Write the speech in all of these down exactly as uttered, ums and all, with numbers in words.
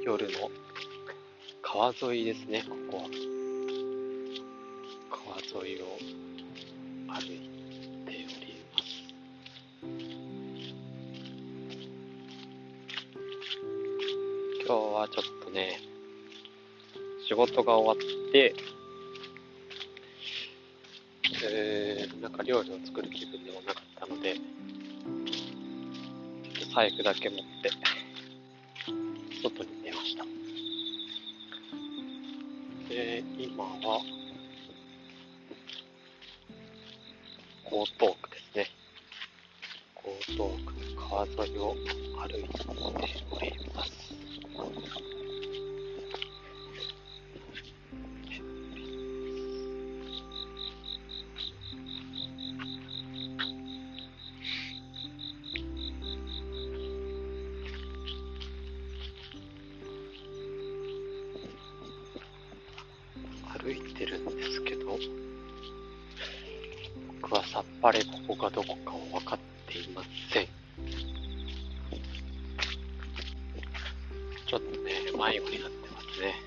夜の川沿いですね。ここは川沿いを歩いております。今日はちょっとね、仕事が終わって、えー、なんか料理を作る気分でもなかったので、ちょっと財布だけ持って外に出ました。で、今は江東区ですね。江東区の川沿いを歩いております。歩いてるんですけど、僕はさっぱりここがどこかを分かっていません。ちょっとね、迷子になってますね。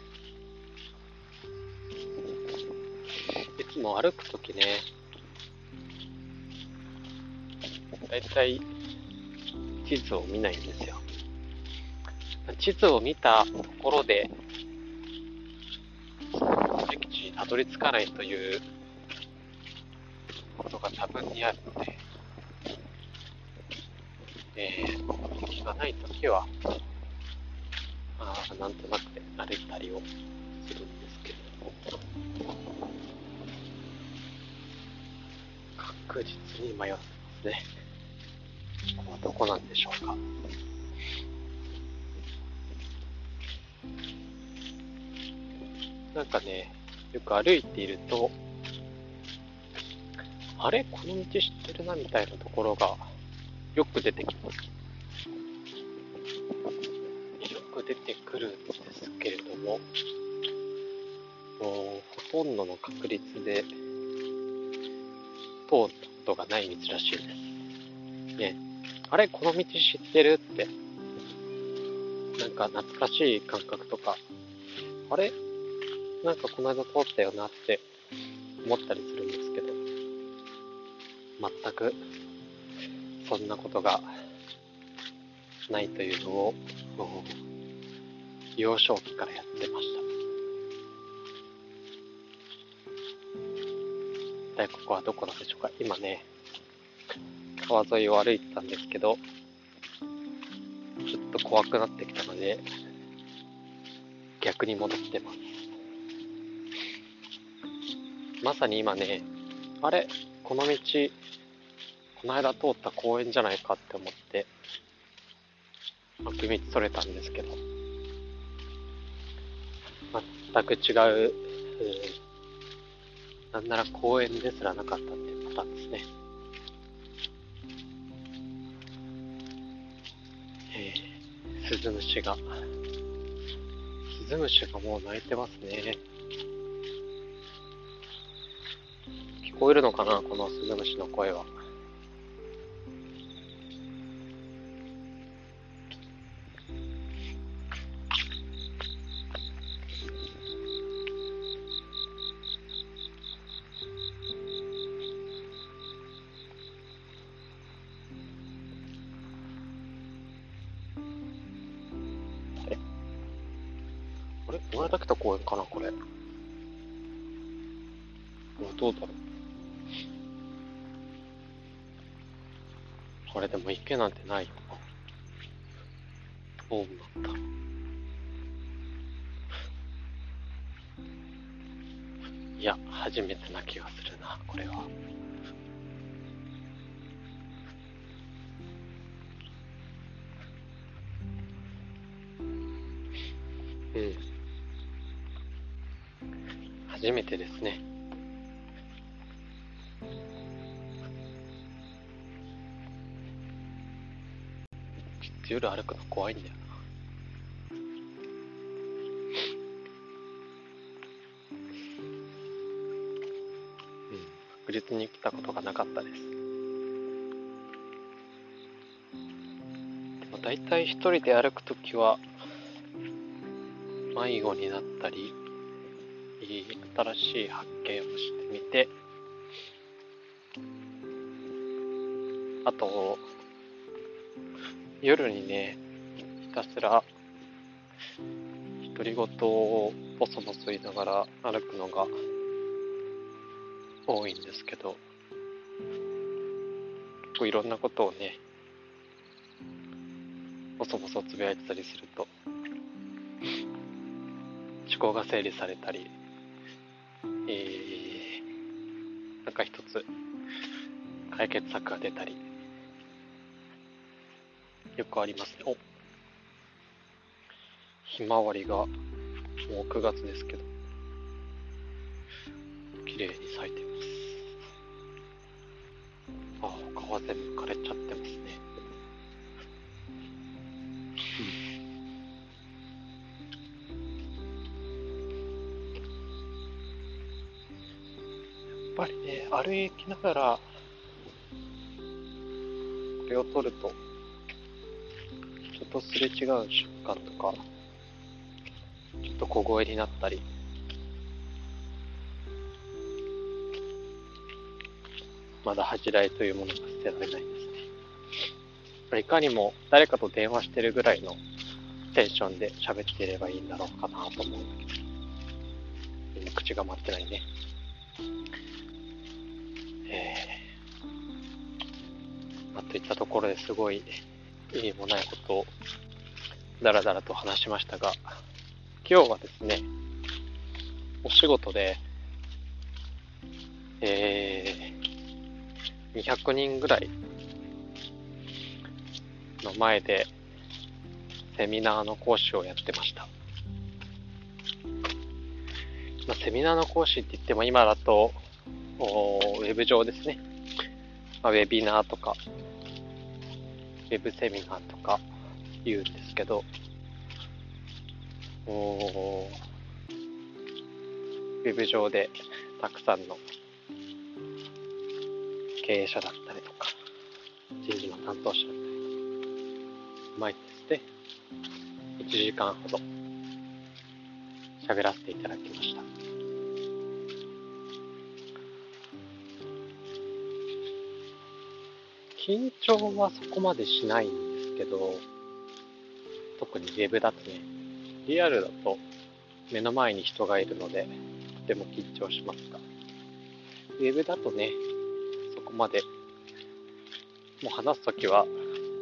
いつも歩くときね、だいたい地図を見ないんですよ。地図を見たところで、目的地にたどり着かないということが多分にあるので、えー、目的がないときは、あなんとなく歩いたりをするんですけれども、確実に迷ってますね。ここはどこなんでしょうか。なんかね、よく歩いていると、あれこの道知ってるなみたいなところがよく出てきます。よく出てくるんですけれども、もうほとんどの確率で通ったことがない道らしいです。ね、あれこの道知ってるって、なんか懐かしい感覚とか、あれなんかこの間通ったよなって思ったりするんですけど、全くそんなことがないというのを幼少期からやってました。一体ここはどこなんでしょうか。今ね、川沿いを歩いてたんですけど、ちょっと怖くなってきたので逆に戻ってます。まさに今ね、あれこの道この間通った公園じゃないかって思って脇道それたんですけど、全く違う、なんなら公園ですらなかったっていうパターンですね。えー、スズムシがスズムシがもう鳴いてますね。聞こえるのかな、このスズムシの声は。あれこの間来た公園かなこれ。どうだろう。これでも池なんてないよな。そうなんだ。いや、初めてな気がするな、これは。うん。初めてですね。ちょっと夜歩くの怖いんだよな。うん。確実に来たことがなかったです。でも大体一人で歩くときは、 迷子になったり、新しい発見をしてみて、あと夜にね、ひたすら独り言をボソボソ言いながら歩くのが多いんですけど、結構いろんなことをね、ボソボソつぶやいてたりすると思考が整理されたり、えー、なんか一つ解決策が出たりよくありますね。お、ひまわりがもうくがつですけど綺麗に咲いています。あ、他は全部枯れちゃってますね。やっぱりね、歩きながらこれを撮ると人とすれ違う瞬間とか、ちょっと小声になったり、まだ恥じらいというものが捨てられないですね。いかにも誰かと電話してるぐらいのテンションで喋っていればいいんだろうかなと思うんだけど、今口が回ってないね。えー、まあ、といったところですごい意味もないことをだらだらと話しましたが、今日はですね、お仕事で、えー、にひゃくにんぐらいの前でセミナーの講師をやってました。まあ、セミナーの講師って言っても今だとウェブ上ですね、まあ、ウェビナーとかウェブセミナーとか言うんですけど、おウェブ上でたくさんの経営者だったりとか人事の担当者だったりとか前にですね、いちじかんほど喋らせていただきました。緊張はそこまでしないんですけど、特にウェブだとね、リアルだと目の前に人がいるのでとても緊張しますが、ウェブだとね、そこまでもう話すときは、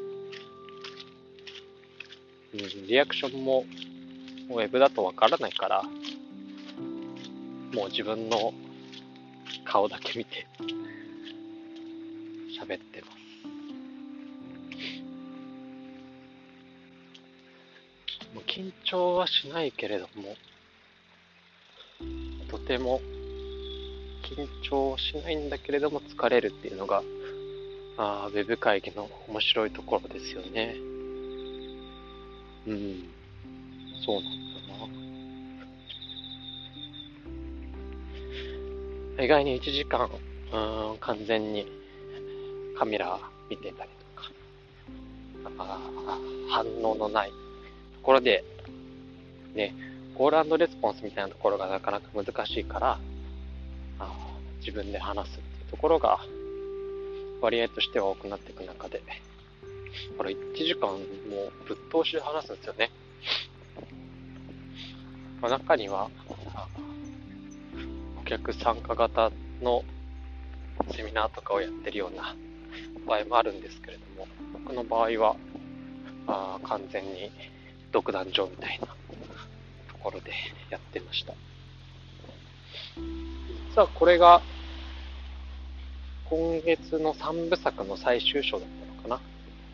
うん、リアクションもウェブだとわからないから、もう自分の顔だけ見て喋ってます。もう緊張はしないけれども、とても緊張しないんだけれども疲れるっていうのが、あウェブ会議の面白いところですよね。うん、そうなんだな。意外にいちじかん、うん、完全にカメラ見てたりとか、あ反応のないところで、ね、コール&レスポンスみたいなところがなかなか難しいから、あ自分で話すっていうところが割合としては多くなっていく中で、これいちじかんもぶっ通しで話すんですよね。まあ、中には顧客参加型のセミナーとかをやってるような場合もあるんですけれども、僕の場合はあ完全に独壇場みたいなところでやってました。実はこれが今月のさんぶさくの最終章だったのかな。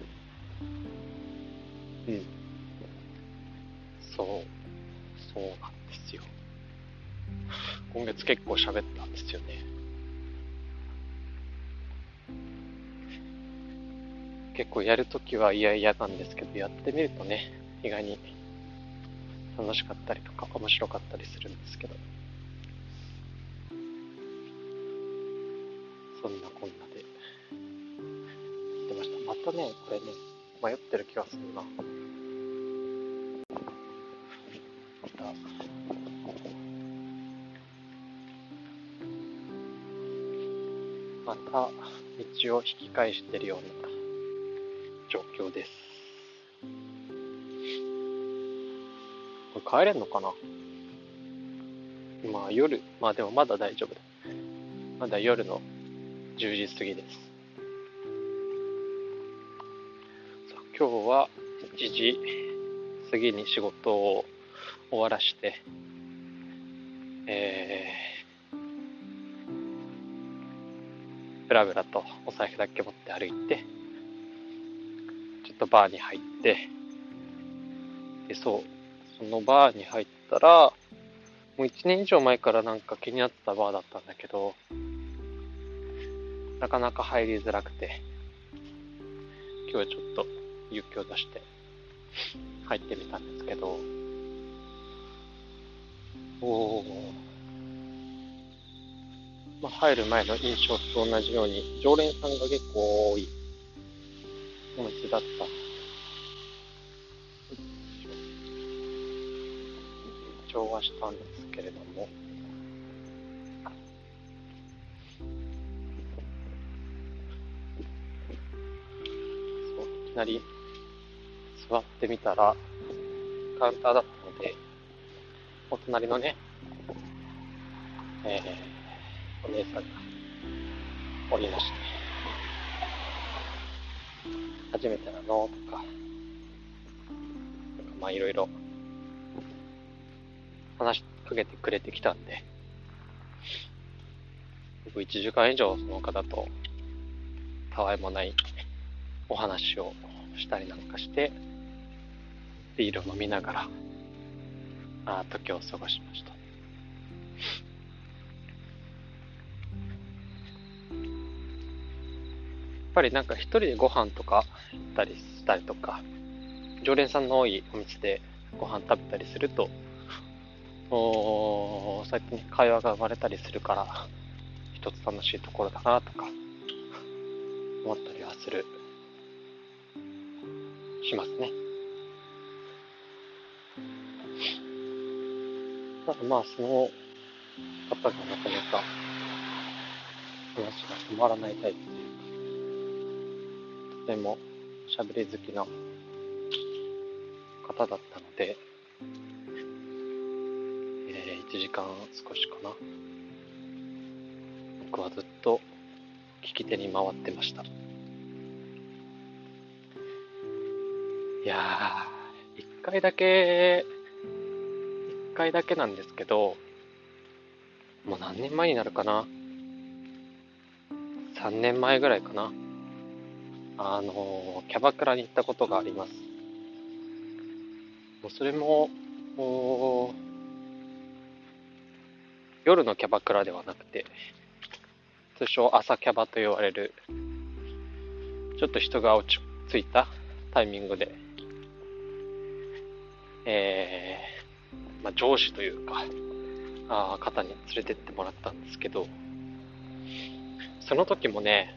うん。そう、そうなんですよ。今月結構喋ったんですよね。結構やるときは嫌々なんですけど、やってみるとね、意外に楽しかったりとか面白かったりするんですけど、そんなこんなでやってました。またね、これね、迷ってる気がするな。またらまた道を引き返しているような状況です。これ帰れんのかな。まあ夜、まあでもまだ大丈夫だ。まだ夜のじゅうじ過ぎです。今日はいちじ過ぎに仕事を終わらして、えー、ぶらぶらとお財布だけ持って歩いて、ちょっとバーに入って、でそう、そのバーに入ったら、もういちねん以上前からなんか気になったバーだったんだけど、なかなか入りづらくて、今日はちょっと勇気を出して入ってみたんですけど、おー、まあ、入る前の印象と同じように常連さんが結構多いお店だった。緊張はしたんですけれども、そういきなり座ってみたらカウンターだったので、お隣のね、えー、お姉さんがおりまして、初めてなのとか、なんかまあいろいろ話しかけてくれてきたんで、僕いちじかん以上その方とたわいもないお話をしたりなんかして、ビールを飲みながらあ時を過ごしました。やっぱりなんか一人でご飯とか行ったりしたりとか、常連さんの多いお店でご飯食べたりすると、おそうやって会話が生まれたりするから、一つ楽しいところだなとか思ったりはするしますね。ただまあその方がなかなか話が止まらないタイプというか、とても喋り好きな方だったので、えー、いちじかん少しかな、僕はずっと聞き手に回ってました。いやー、一回だけ一回だけなんですけど、もう何年前になるかな、さんねんまえぐらいかな、あのキャバクラに行ったことがあります。もうそれも夜のキャバクラではなくて、通称朝キャバと言われる、ちょっと人が落ち着いたタイミングで、えーまあ、上司というかあ方に連れてってもらったんですけど、その時もね、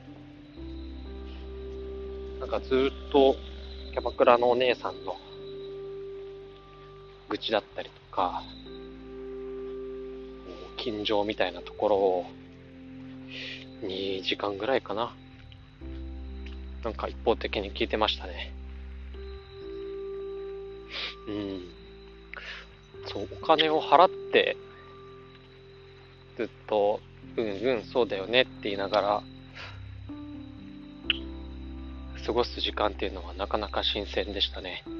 なんかずっとキャバクラのお姉さんの愚痴だったりとか近所みたいなところをにじかんぐらいかな、なんか一方的に聞いてましたね。うん、そう、お金を払ってずっとうんうんそうだよねって言いながら過ごす時間っていうのはなかなか新鮮でしたね。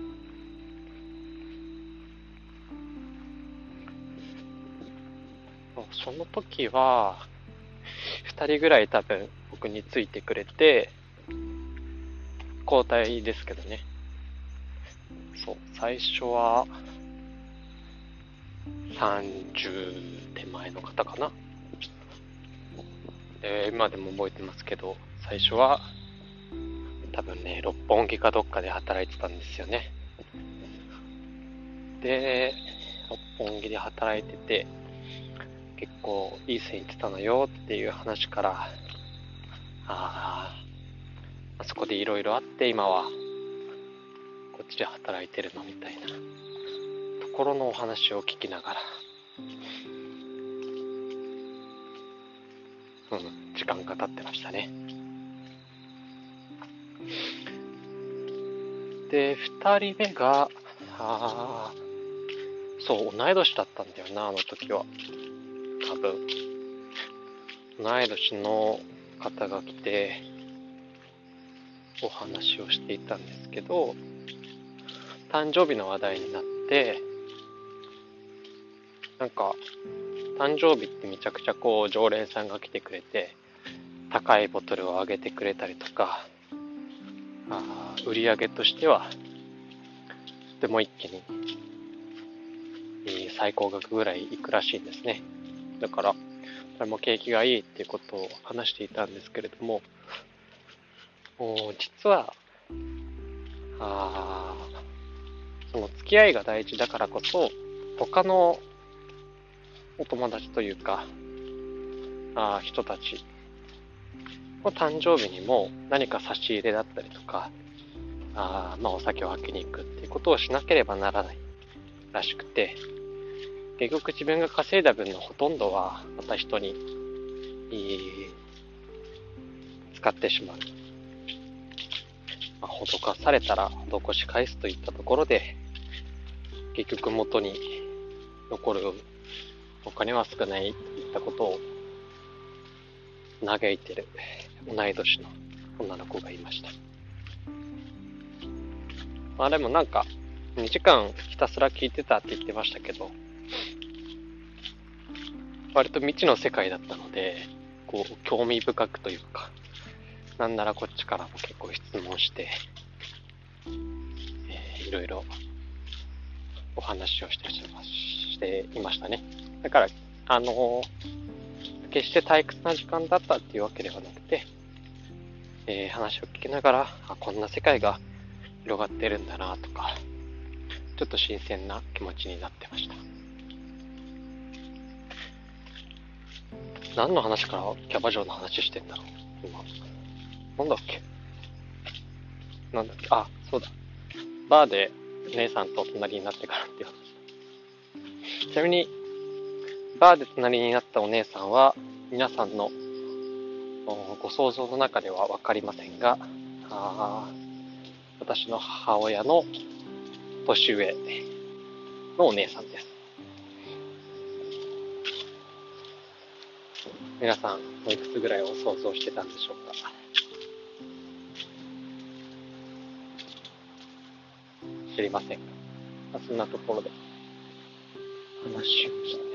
その時はふたりぐらい多分僕についてくれて、交代ですけどね。そう、最初はさんじゅう手前の方かな。で今でも覚えてますけど、最初は多分ね六本木かどっかで働いてたんですよね。で六本木で働いてて結構いい線いってたのよっていう話から、ああそこでいろいろあって今はこっちで働いてるのみたいなと頃のお話を聞きながら、うん、時間が経ってましたね。で、二人目が、あそう、同い年だったんだよな、あの時は。多分。同い年の方が来て、お話をしていたんですけど、誕生日の話題になって、なんか、誕生日ってめちゃくちゃこう、常連さんが来てくれて、高いボトルをあげてくれたりとか、あ売り上げとしては、とても一気に、最高額ぐらいいくらしいんですね。だから、それも景気がいいっていうことを話していたんですけれども、実は、あその付き合いが大事だからこそ、他のお友達というか、あ人たちの誕生日にも何か差し入れだったりとか、あまあお酒を開けに行くっていうことをしなければならないらしくて、結局自分が稼いだ分のほとんどはまた人に使ってしまう。まあ、施されたら施し返すといったところで、結局元に残るお金は少ないといったことを嘆いてる同い年の女の子がいました。まあでもなんかにじかんひたすら聞いてたって言ってましたけど、割と未知の世界だったので、こう興味深くというか、なんならこっちからも結構質問して、えー、いろいろお話をしてしていましたね。だからあのー、決して退屈な時間だったっていうわけではなくて、えー、話を聞きながら、あ、こんな世界が広がってるんだなとか、ちょっと新鮮な気持ちになってました。何の話からキャバ嬢の話してんだろう今。なんだっけなんだっけあ、そうだ。バーで姉さんと隣になってからっていう話。ちなみに、バーで隣になったお姉さんは、皆さんのご想像の中ではわかりませんが、あ私の母親の年上のお姉さんです。皆さん、おいくつぐらいを想像してたんでしょうか。知りませんが、そんなところで話をして